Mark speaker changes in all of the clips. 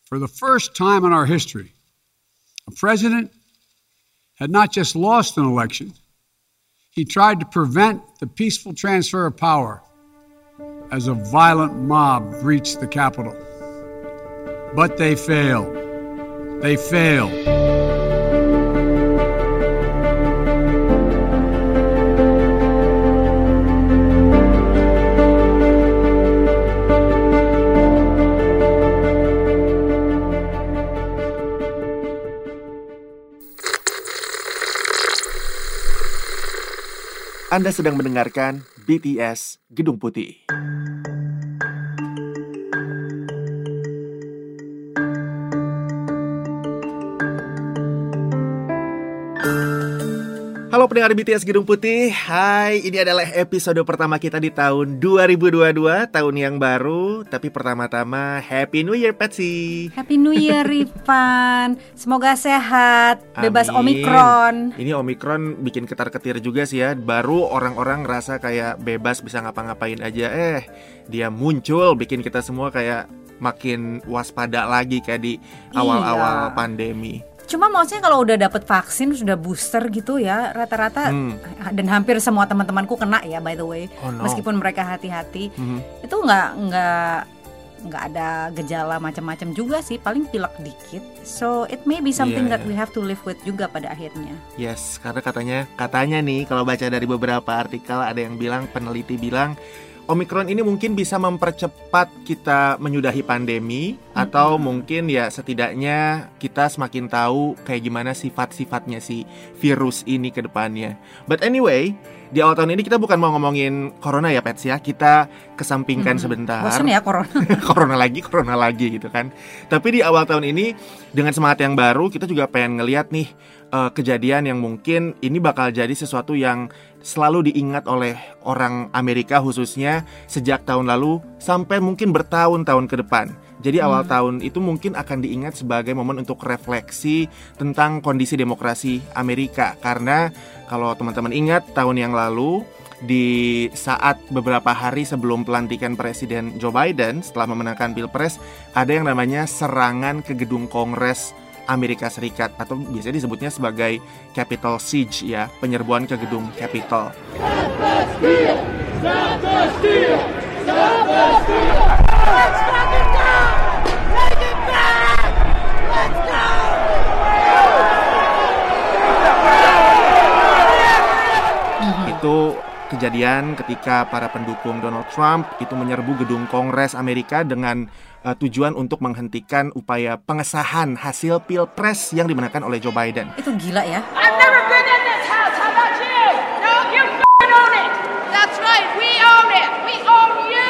Speaker 1: For the first time in our history, a president had not just lost an election, he tried to prevent the peaceful transfer of power as a violent mob breached the Capitol. But they failed. They failed.
Speaker 2: Anda sedang mendengarkan BTS Gedung Putih. Halo pendengar BTS Gedung Putih. Hai, ini adalah episode pertama kita di tahun 2022, tahun yang baru. Tapi pertama-tama Happy New Year, Patsy.
Speaker 3: Happy New Year, Rifan. Semoga sehat, bebas
Speaker 2: Amin.
Speaker 3: Omikron.
Speaker 2: Ini Omikron bikin ketar-ketir juga sih ya. Baru orang-orang ngerasa kayak bebas bisa ngapa-ngapain aja. Dia muncul bikin kita semua kayak makin waspada lagi kayak di awal-awal pandemi.
Speaker 3: Cuma maksudnya kalau udah dapet vaksin, sudah booster gitu ya, rata-rata dan hampir semua teman-temanku kena ya, by the way.
Speaker 2: Oh, no.
Speaker 3: Meskipun mereka hati-hati, itu nggak ada gejala macam-macam juga sih, paling pilek dikit. So it may be something that we have to live with juga pada akhirnya.
Speaker 2: Yes, karena katanya nih kalau baca dari beberapa artikel ada yang bilang, peneliti bilang Omikron ini mungkin bisa mempercepat kita menyudahi pandemi atau mungkin ya setidaknya kita semakin tahu kayak gimana sifat-sifatnya si virus ini ke depannya. But anyway, di awal tahun ini kita bukan mau ngomongin corona ya, Pets ya. Kita kesampingkan sebentar.
Speaker 3: Bosan ya corona.
Speaker 2: corona lagi gitu kan. Tapi di awal tahun ini dengan semangat yang baru kita juga pengen ngeliat nih kejadian yang mungkin ini bakal jadi sesuatu yang selalu diingat oleh orang Amerika khususnya sejak tahun lalu sampai mungkin bertahun-tahun ke depan. Jadi awal tahun itu mungkin akan diingat sebagai momen untuk refleksi tentang kondisi demokrasi Amerika. Karena kalau teman-teman ingat tahun yang lalu di saat beberapa hari sebelum pelantikan Presiden Joe Biden setelah memenangkan Pilpres, ada yang namanya serangan ke gedung Kongres Amerika Serikat atau biasanya disebutnya sebagai Capitol Siege ya, penyerbuan ke gedung Capitol. Itu kejadian ketika para pendukung Donald Trump itu menyerbu gedung Kongres Amerika dengan tujuan untuk menghentikan upaya pengesahan hasil Pilpres yang dimenangkan oleh Joe Biden.
Speaker 3: Itu gila ya.
Speaker 4: I've never been in this house. How about you? No, you f***ing own it. That's right. We own it. We own you.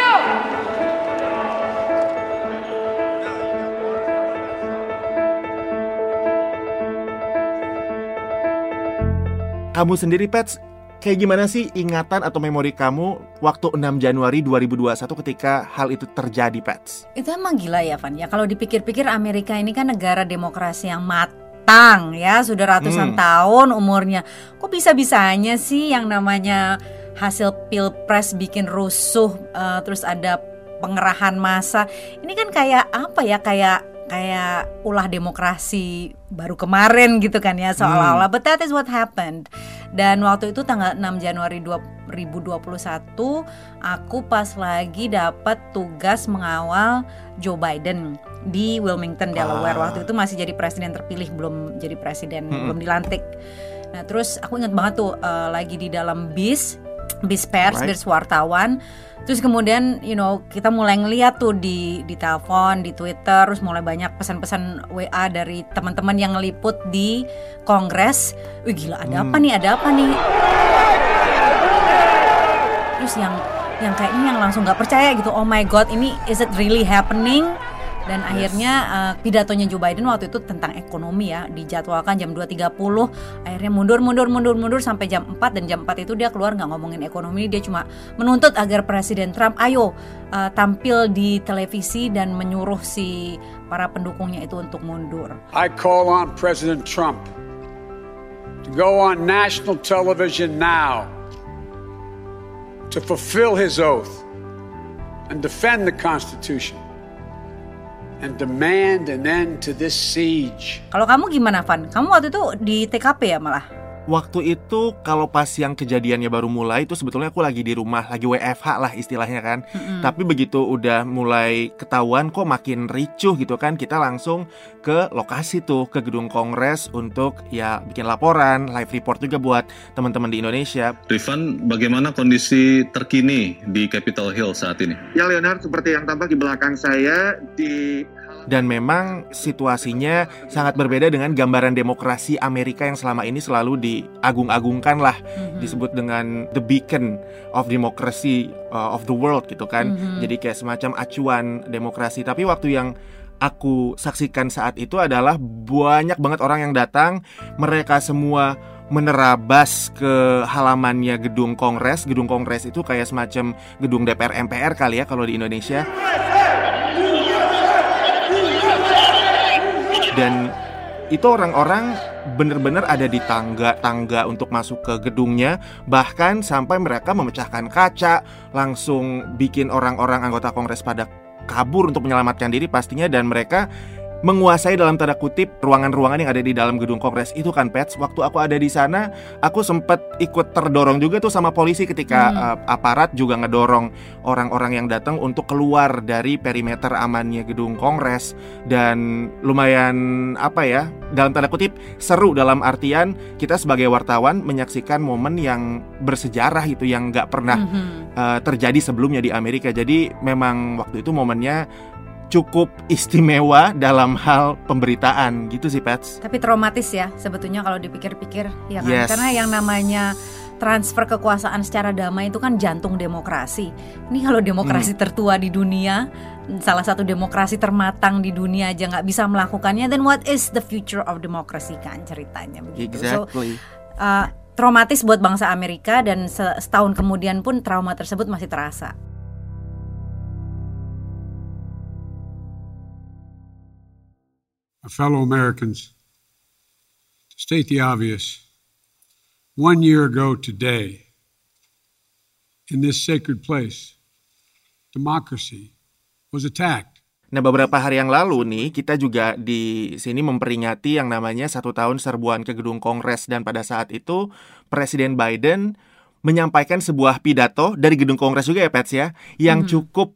Speaker 2: Kamu sendiri, Pets, kayak gimana sih ingatan atau memori kamu waktu 6 Januari 2021 ketika hal itu terjadi, Pets?
Speaker 3: Itu emang gila ya, Van. Ya kalau dipikir-pikir Amerika ini kan negara demokrasi yang matang ya, sudah ratusan tahun umurnya. Kok bisa-bisanya sih yang namanya hasil Pilpres bikin rusuh, terus ada pengerahan massa. Ini kan kayak apa ya, kayak ulah demokrasi baru kemarin gitu kan ya, seolah-olah. But that is what happened. Dan waktu itu tanggal 6 Januari 2021 aku pas lagi dapat tugas mengawal Joe Biden di Wilmington, Delaware. Waktu itu masih jadi presiden terpilih, belum jadi presiden, belum dilantik. Nah terus aku ingat banget tuh lagi di dalam bis pers, bis wartawan. Terus kemudian kita mulai ngeliat tuh di telepon, di Twitter, terus mulai banyak pesan-pesan WA dari teman-teman yang ngeliput di Kongres. Wih gila, ada apa nih? Terus yang kayaknya yang langsung nggak percaya gitu. Oh my god, ini is it really happening? Dan akhirnya pidatonya Joe Biden waktu itu tentang ekonomi ya, dijadwalkan jam 2.30. Akhirnya mundur sampai jam 4. Dan jam 4 itu dia keluar gak ngomongin ekonomi. Dia cuma menuntut agar Presiden Trump tampil di televisi dan menyuruh si para pendukungnya itu untuk mundur.
Speaker 1: I call on President Trump to go on national television now to fulfill his oath and defend the Constitution. and demand an end to this siege.
Speaker 3: Kalau kamu gimana, Van? Kamu waktu itu di TKP ya malah?
Speaker 2: Waktu itu kalau pas yang kejadiannya baru mulai itu sebetulnya aku lagi di rumah, lagi WFH lah istilahnya kan. Tapi begitu udah mulai ketahuan kok makin ricuh gitu kan, kita langsung ke lokasi tuh, ke gedung Kongres untuk ya bikin laporan, live report juga buat teman-teman di Indonesia.
Speaker 5: Rifan, bagaimana kondisi terkini di Capitol Hill saat ini?
Speaker 2: Ya Leonard, seperti yang tampak di belakang saya dan memang situasinya sangat berbeda dengan gambaran demokrasi Amerika yang selama ini selalu diagung-agungkan lah, disebut dengan the beacon of democracy of the world gitu kan. Jadi kayak semacam acuan demokrasi. Tapi waktu yang aku saksikan saat itu adalah banyak banget orang yang datang, mereka semua menerabas ke halamannya gedung Kongres. Gedung Kongres itu kayak semacam gedung DPR MPR kali ya kalau di Indonesia. Dan itu orang-orang benar-benar ada di tangga-tangga untuk masuk ke gedungnya. Bahkan sampai mereka memecahkan kaca, langsung bikin orang-orang anggota Kongres pada kabur untuk menyelamatkan diri pastinya. Dan mereka menguasai dalam tanda kutip ruangan-ruangan yang ada di dalam gedung Kongres itu kan, Pets. Waktu aku ada di sana, aku sempat ikut terdorong juga tuh sama polisi ketika aparat juga ngedorong orang-orang yang datang untuk keluar dari perimeter amannya gedung Kongres. Dan lumayan dalam tanda kutip seru, dalam artian kita sebagai wartawan menyaksikan momen yang bersejarah itu, yang gak pernah terjadi sebelumnya di Amerika. Jadi memang waktu itu momennya cukup istimewa dalam hal pemberitaan gitu sih, Pets.
Speaker 3: Tapi traumatis ya sebetulnya kalau dipikir-pikir, ya kan?
Speaker 2: Yes.
Speaker 3: Karena yang namanya transfer kekuasaan secara damai itu kan jantung demokrasi. Ini kalau demokrasi tertua di dunia, salah satu demokrasi termatang di dunia aja nggak bisa melakukannya, then what is the future of democracy kan ceritanya begitu.
Speaker 2: Exactly.
Speaker 3: So, traumatis buat bangsa Amerika, dan setahun kemudian pun trauma tersebut masih terasa.
Speaker 1: Fellow Americans, to state the obvious, 1 year ago today, in this sacred place, democracy was attacked.
Speaker 2: Nah, beberapa hari yang lalu nih, kita juga di sini memperingati yang namanya 1 tahun serbuan ke gedung Kongres. Dan pada saat itu, Presiden Biden menyampaikan sebuah pidato dari gedung Kongres juga ya, Pets ya, yang cukup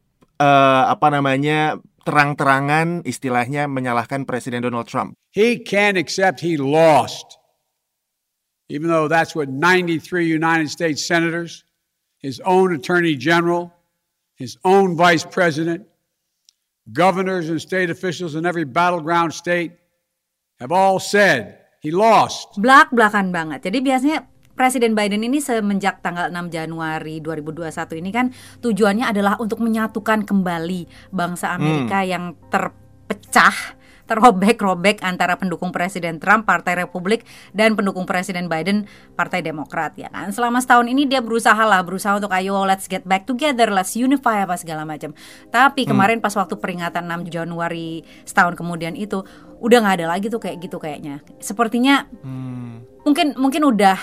Speaker 2: terang-terangan istilahnya menyalahkan Presiden Donald Trump.
Speaker 1: He can't accept he lost, even though that's what 93 United States senators, his own attorney general, his own vice president, governors and state officials in every battleground state have all said he lost.
Speaker 3: Belak-belakan banget. Jadi biasanya Presiden Biden ini semenjak tanggal 6 Januari 2021 ini kan tujuannya adalah untuk menyatukan kembali bangsa Amerika yang terpecah, terobek-robek antara pendukung Presiden Trump, Partai Republik, dan pendukung Presiden Biden, Partai Demokrat, ya kan. Selama setahun ini dia berusaha untuk ayo let's get back together, let's unify apa segala macam. Tapi kemarin pas waktu peringatan 6 Januari setahun kemudian itu udah nggak ada lagi tuh kayak gitu kayaknya. Sepertinya mungkin udah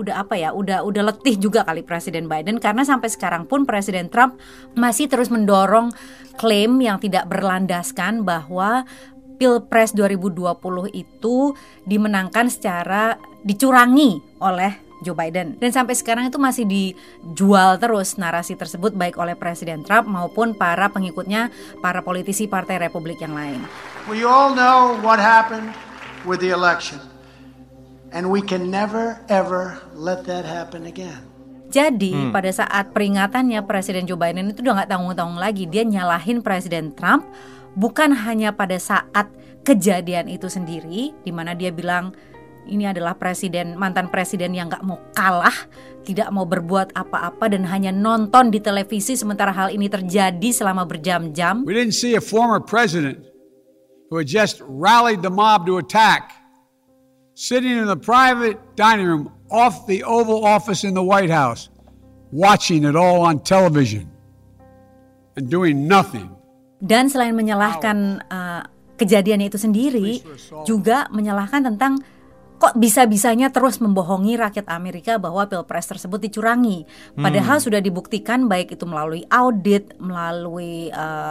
Speaker 3: letih juga kali Presiden Biden, karena sampai sekarang pun Presiden Trump masih terus mendorong klaim yang tidak berlandaskan bahwa Pilpres 2020 itu dimenangkan secara dicurangi oleh Joe Biden. Dan sampai sekarang itu masih dijual terus narasi tersebut baik oleh Presiden Trump maupun para pengikutnya, para politisi Partai Republik yang lain.
Speaker 6: We all know what happened with the election. And we can never ever let that happen again.
Speaker 3: Jadi pada saat peringatannya Presiden Joe Biden itu udah gak tanggung-tanggung lagi. Dia nyalahin Presiden Trump bukan hanya pada saat kejadian itu sendiri, di mana dia bilang ini adalah mantan presiden yang gak mau kalah, tidak mau berbuat apa-apa dan hanya nonton di televisi sementara hal ini terjadi selama berjam-jam.
Speaker 1: We didn't see a former president who had just rallied the mob to attack, sitting in the private dining room off the Oval Office in the White House, watching it all on television and doing nothing.
Speaker 3: Dan selain menyalahkan kejadian itu sendiri, juga menyalahkan tentang kok bisa-bisanya terus membohongi rakyat Amerika bahwa pilpres tersebut dicurangi. Padahal sudah dibuktikan baik itu melalui audit, melalui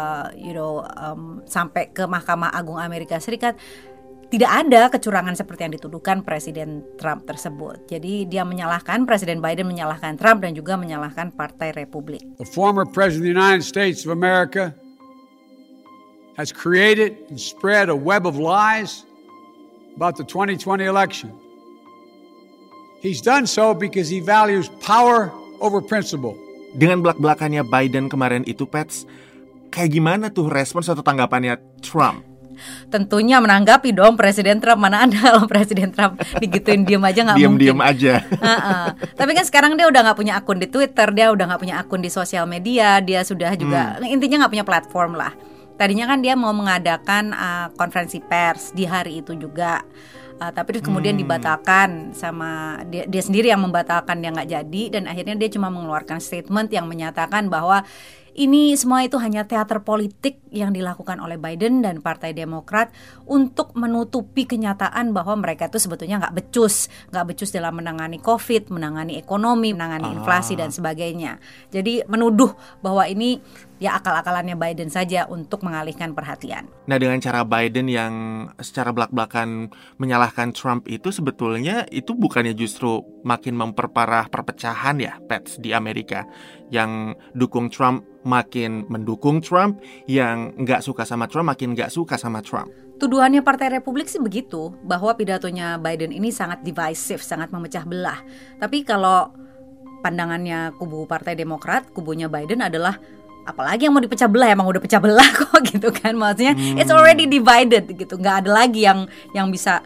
Speaker 3: sampai ke Mahkamah Agung Amerika Serikat, tidak ada kecurangan seperti yang dituduhkan Presiden Trump tersebut. Jadi dia menyalahkan, Presiden Biden menyalahkan Trump dan juga menyalahkan Partai Republik.
Speaker 1: The former President of the United States of America has created and spread a web of lies about the 2020 election. He's done so because he values power over principle.
Speaker 2: Dengan belak-belakannya Biden kemarin itu, Pets, kayak gimana tuh respons atau tanggapannya Trump?
Speaker 3: Tentunya menanggapi dong Presiden Trump. Mana ada kalau Presiden Trump digituin diem aja nggak mungkin.
Speaker 2: Diem aja.
Speaker 3: Tapi kan sekarang dia udah nggak punya akun di Twitter, dia udah nggak punya akun di sosial media, dia sudah juga intinya nggak punya platform lah. Tadinya kan dia mau mengadakan konferensi pers di hari itu juga, tapi terus kemudian dibatalkan sama dia sendiri yang membatalkan, dia nggak jadi, dan akhirnya dia cuma mengeluarkan statement yang menyatakan bahwa ini semua itu hanya teater politik yang dilakukan oleh Biden dan Partai Demokrat untuk menutupi kenyataan bahwa mereka itu sebetulnya nggak becus dalam menangani COVID, menangani ekonomi, menangani inflasi dan sebagainya. Jadi menuduh bahwa ini ya akal-akalannya Biden saja untuk mengalihkan perhatian.
Speaker 2: Nah, dengan cara Biden yang secara belak-belakan menyalahkan Trump itu sebetulnya itu bukannya justru makin memperparah perpecahan ya, Pets, di Amerika. Yang dukung Trump makin mendukung Trump, yang nggak suka sama Trump makin nggak suka sama Trump.
Speaker 3: Tuduhannya Partai Republik sih begitu, bahwa pidatonya Biden ini sangat divisive, sangat memecah belah. Tapi kalau pandangannya kubu Partai Demokrat, kubunya Biden adalah apalagi yang mau dipecah belah, emang udah pecah belah kok gitu kan. Maksudnya it's already divided gitu, nggak ada lagi yang bisa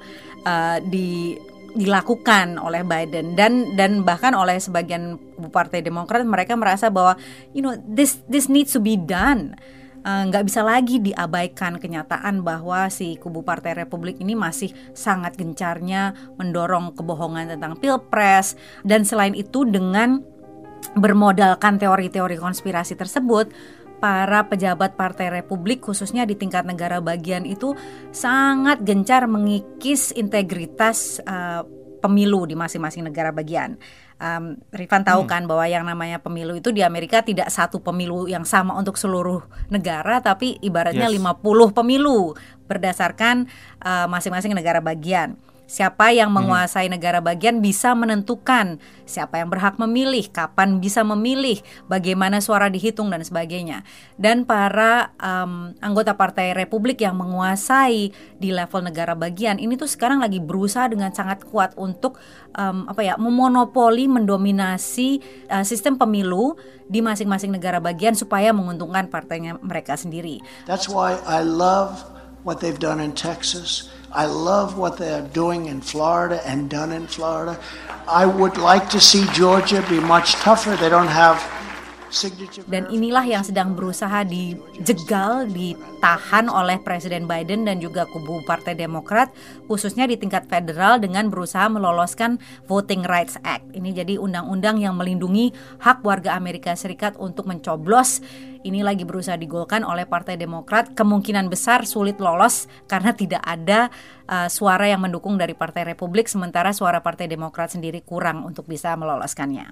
Speaker 3: dilakukan oleh Biden dan bahkan oleh sebagian Partai Demokrat. Mereka merasa bahwa this needs to be done. Nggak bisa lagi diabaikan kenyataan bahwa si kubu Partai Republik ini masih sangat gencarnya mendorong kebohongan tentang pilpres. Dan selain itu, dengan bermodalkan teori-teori konspirasi tersebut, para pejabat Partai Republik khususnya di tingkat negara bagian itu sangat gencar mengikis integritas pemilu di masing-masing negara bagian. Rifan tahu kan bahwa yang namanya pemilu itu di Amerika tidak satu pemilu yang sama untuk seluruh negara, tapi ibaratnya 50 pemilu berdasarkan masing-masing negara bagian. Siapa yang menguasai negara bagian bisa menentukan siapa yang berhak memilih, kapan bisa memilih, bagaimana suara dihitung dan sebagainya. Dan para anggota Partai Republik yang menguasai di level negara bagian ini tuh sekarang lagi berusaha dengan sangat kuat untuk memonopoli, mendominasi sistem pemilu di masing-masing negara bagian supaya menguntungkan partainya mereka sendiri.
Speaker 6: That's why I love what they've done in Texas. I love what they're doing in Florida and done in Florida. I would like to see Georgia be much tougher. They don't have signature.
Speaker 3: Dan inilah yang sedang berusaha dijegal, ditahan oleh Presiden Biden dan juga kubu Partai Demokrat, khususnya di tingkat federal dengan berusaha meloloskan Voting Rights Act. Ini jadi undang-undang yang melindungi hak warga Amerika Serikat untuk mencoblos. Ini lagi berusaha digolkan oleh Partai Demokrat. Kemungkinan besar sulit lolos karena tidak ada suara yang mendukung dari Partai Republik, sementara suara Partai Demokrat sendiri kurang untuk bisa meloloskannya.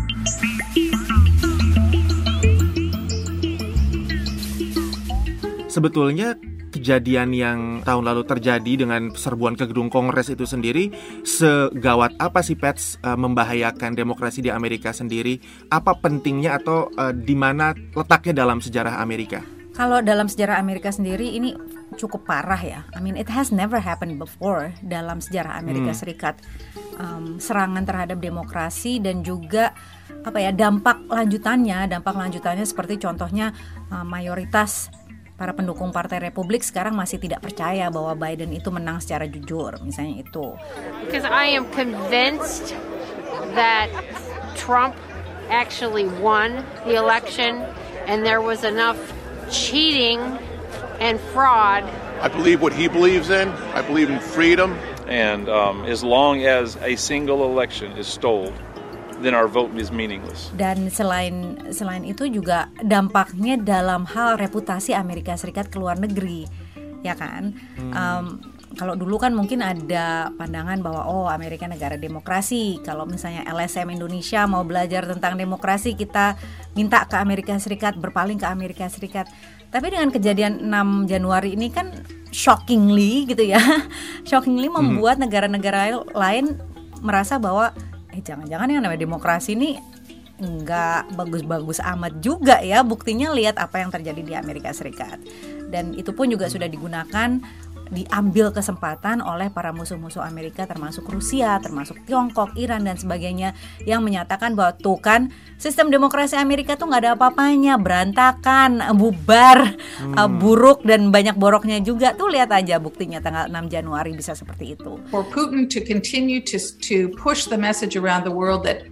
Speaker 2: Sebetulnya kejadian yang tahun lalu terjadi dengan serbuan ke gedung Kongres itu sendiri segawat apa sih, Pets, membahayakan demokrasi di Amerika sendiri? Apa pentingnya atau di mana letaknya dalam sejarah Amerika?
Speaker 3: Kalau dalam sejarah Amerika sendiri ini cukup parah ya. I mean it has never happened before dalam sejarah Amerika Serikat. Serangan terhadap demokrasi dan juga dampak lanjutannya seperti contohnya mayoritas para pendukung Partai Republik sekarang masih tidak percaya bahwa Biden itu menang secara jujur, misalnya itu.
Speaker 7: Because I am convinced that Trump actually won the election and there was enough cheating and fraud.
Speaker 8: I believe what he believes in. I believe in freedom.
Speaker 9: And as long as a single election is stolen, then our vote is meaningless.
Speaker 3: Dan selain itu juga dampaknya dalam hal reputasi Amerika Serikat ke luar negeri, ya kan? kalau dulu kan mungkin ada pandangan bahwa Amerika negara demokrasi. Kalau misalnya LSM Indonesia mau belajar tentang demokrasi, kita minta ke Amerika Serikat, berpaling ke Amerika Serikat. Tapi dengan kejadian 6 Januari ini kan shockingly gitu ya, shockingly membuat negara-negara lain merasa bahwa jangan-jangan yang namanya demokrasi ini nggak bagus-bagus amat juga ya. Buktinya lihat apa yang terjadi di Amerika Serikat. Dan itu pun juga sudah digunakan, diambil kesempatan oleh para musuh-musuh Amerika, termasuk Rusia, termasuk Tiongkok, Iran dan sebagainya, yang menyatakan bahwa tuh kan sistem demokrasi Amerika tuh nggak ada apa-apanya, berantakan, bubar, buruk dan banyak boroknya juga. Tuh lihat aja buktinya tanggal 6 Januari bisa seperti itu.
Speaker 10: For Putin to continue to push the message around the world that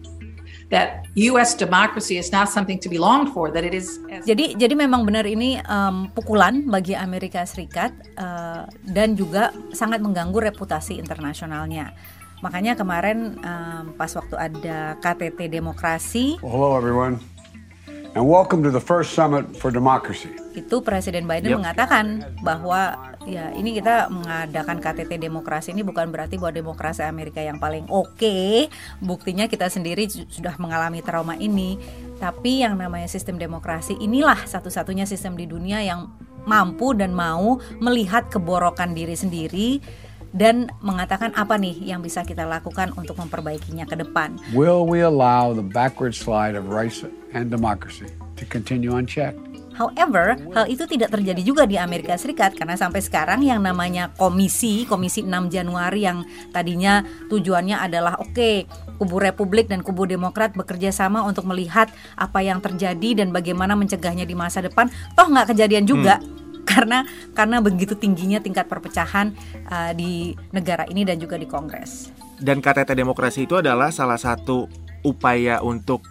Speaker 10: U.S. democracy is not something to be longed for, that it is.
Speaker 3: Jadi memang benar ini pukulan bagi Amerika Serikat dan juga sangat mengganggu reputasi internasionalnya. Makanya kemarin pas waktu ada KTT Demokrasi.
Speaker 1: Hello everyone, and welcome to the first summit for democracy.
Speaker 3: Itu Presiden Biden mengatakan bahwa ya ini kita mengadakan KTT Demokrasi ini bukan berarti bahwa demokrasi Amerika yang paling oke. Buktinya kita sendiri sudah mengalami trauma ini. Tapi yang namanya sistem demokrasi inilah satu-satunya sistem di dunia yang mampu dan mau melihat keborokan diri sendiri dan mengatakan apa nih yang bisa kita lakukan untuk memperbaikinya ke depan.
Speaker 1: Will we allow the backward slide of rights and democracy to continue unchecked?
Speaker 3: However, hal itu tidak terjadi juga di Amerika Serikat karena sampai sekarang yang namanya komisi 6 Januari yang tadinya tujuannya adalah kubu Republik dan kubu Demokrat bekerja sama untuk melihat apa yang terjadi dan bagaimana mencegahnya di masa depan, toh nggak kejadian juga. Karena begitu tingginya tingkat perpecahan di negara ini dan juga di Kongres.
Speaker 2: Dan KTT Demokrasi itu adalah salah satu upaya untuk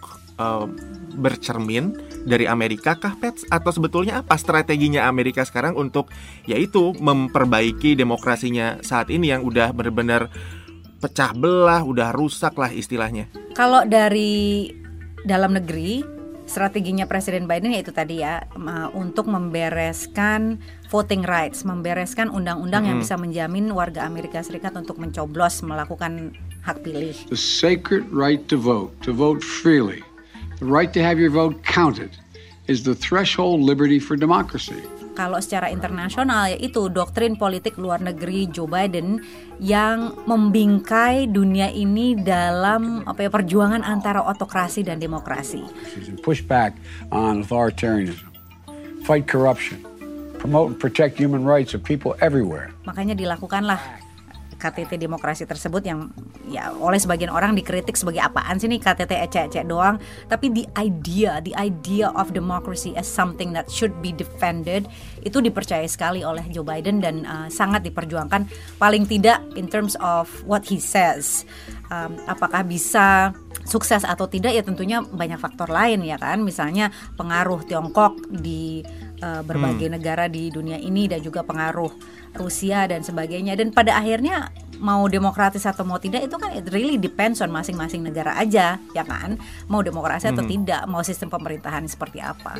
Speaker 2: bercermin dari Amerika kah, Pets? Atau sebetulnya apa strateginya Amerika sekarang untuk yaitu memperbaiki demokrasinya saat ini yang udah benar-benar pecah belah, udah rusak lah istilahnya? Kalau
Speaker 3: dari dalam negeri, strateginya Presiden Biden yaitu tadi ya, untuk membereskan voting rights, membereskan undang-undang yang bisa menjamin warga Amerika Serikat untuk mencoblos, melakukan hak pilih.
Speaker 1: The sacred right to vote freely, the right to have your vote counted, is the threshold liberty for democracy.
Speaker 3: Kalau secara internasional yaitu doktrin politik luar negeri Joe Biden yang membingkai dunia ini dalam perjuangan antara otokrasi dan demokrasi.
Speaker 1: Push back on authoritarianism, fight corruption, promote and protect human rights of people everywhere.
Speaker 3: Makanya dilakukanlah KTT Demokrasi tersebut yang ya oleh sebagian orang dikritik sebagai apaan sih nih KTT ecek-ecek doang. Tapi the idea of democracy as something that should be defended itu dipercaya sekali oleh Joe Biden dan sangat diperjuangkan, paling tidak in terms of what he says. Apakah bisa sukses atau tidak ya tentunya banyak faktor lain ya kan. Misalnya pengaruh Tiongkok di berbagai negara di dunia ini dan juga pengaruh Rusia dan sebagainya. Dan pada akhirnya mau demokratis atau mau tidak itu kan it really depends on masing-masing negara aja ya kan. Mau demokrasi atau tidak, mau sistem pemerintahan seperti apa.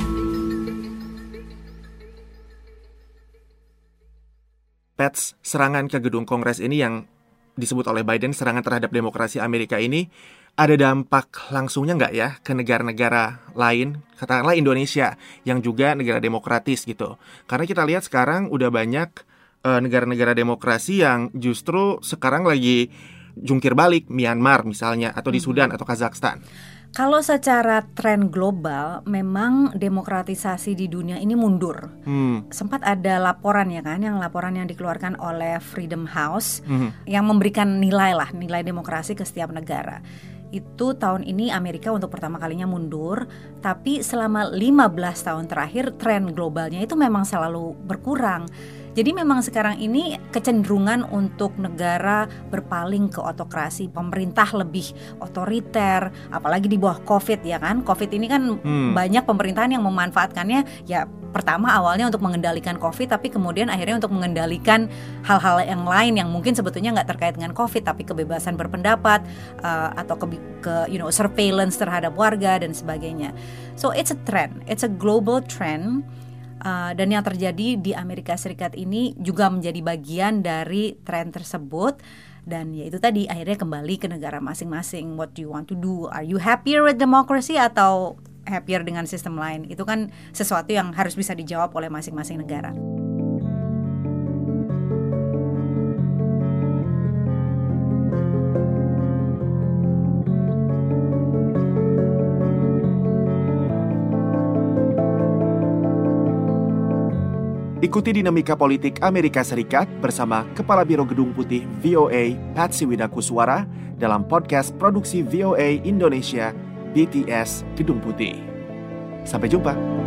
Speaker 2: Pets, serangan ke gedung Kongres ini yang disebut oleh Biden serangan terhadap demokrasi Amerika ini ada dampak langsungnya nggak ya ke negara-negara lain, katakanlah Indonesia yang juga negara demokratis gitu. Karena kita lihat sekarang udah banyak negara-negara demokrasi yang justru sekarang lagi jungkir balik, Myanmar misalnya, atau di Sudan atau Kazakhstan.
Speaker 3: Kalau secara tren global, memang demokratisasi di dunia ini mundur. Sempat ada laporan ya kan, yang laporan yang dikeluarkan oleh Freedom House yang memberikan nilai demokrasi ke setiap negara. Itu tahun ini Amerika untuk pertama kalinya mundur, tapi selama 15 tahun terakhir tren globalnya itu memang selalu berkurang. Jadi memang sekarang ini kecenderungan untuk negara berpaling ke otokrasi, pemerintah lebih otoriter, apalagi di bawah COVID ya kan. COVID ini kan banyak pemerintahan yang memanfaatkannya ya pertama awalnya untuk mengendalikan COVID, tapi kemudian akhirnya untuk mengendalikan hal-hal yang lain yang mungkin sebetulnya nggak terkait dengan COVID, tapi kebebasan berpendapat atau surveillance terhadap warga dan sebagainya. So it's a trend, it's a global trend. Dan yang terjadi di Amerika Serikat ini juga menjadi bagian dari tren tersebut. Dan ya itu tadi, akhirnya kembali ke negara masing-masing. What do you want to do? Are you happier with democracy atau happier dengan sistem lain? Itu kan sesuatu yang harus bisa dijawab oleh masing-masing negara.
Speaker 2: Ikuti dinamika politik Amerika Serikat bersama Kepala Biro Gedung Putih VOA, Patsy Widakuswara, dalam podcast produksi VOA Indonesia, BTS Gedung Putih. Sampai jumpa.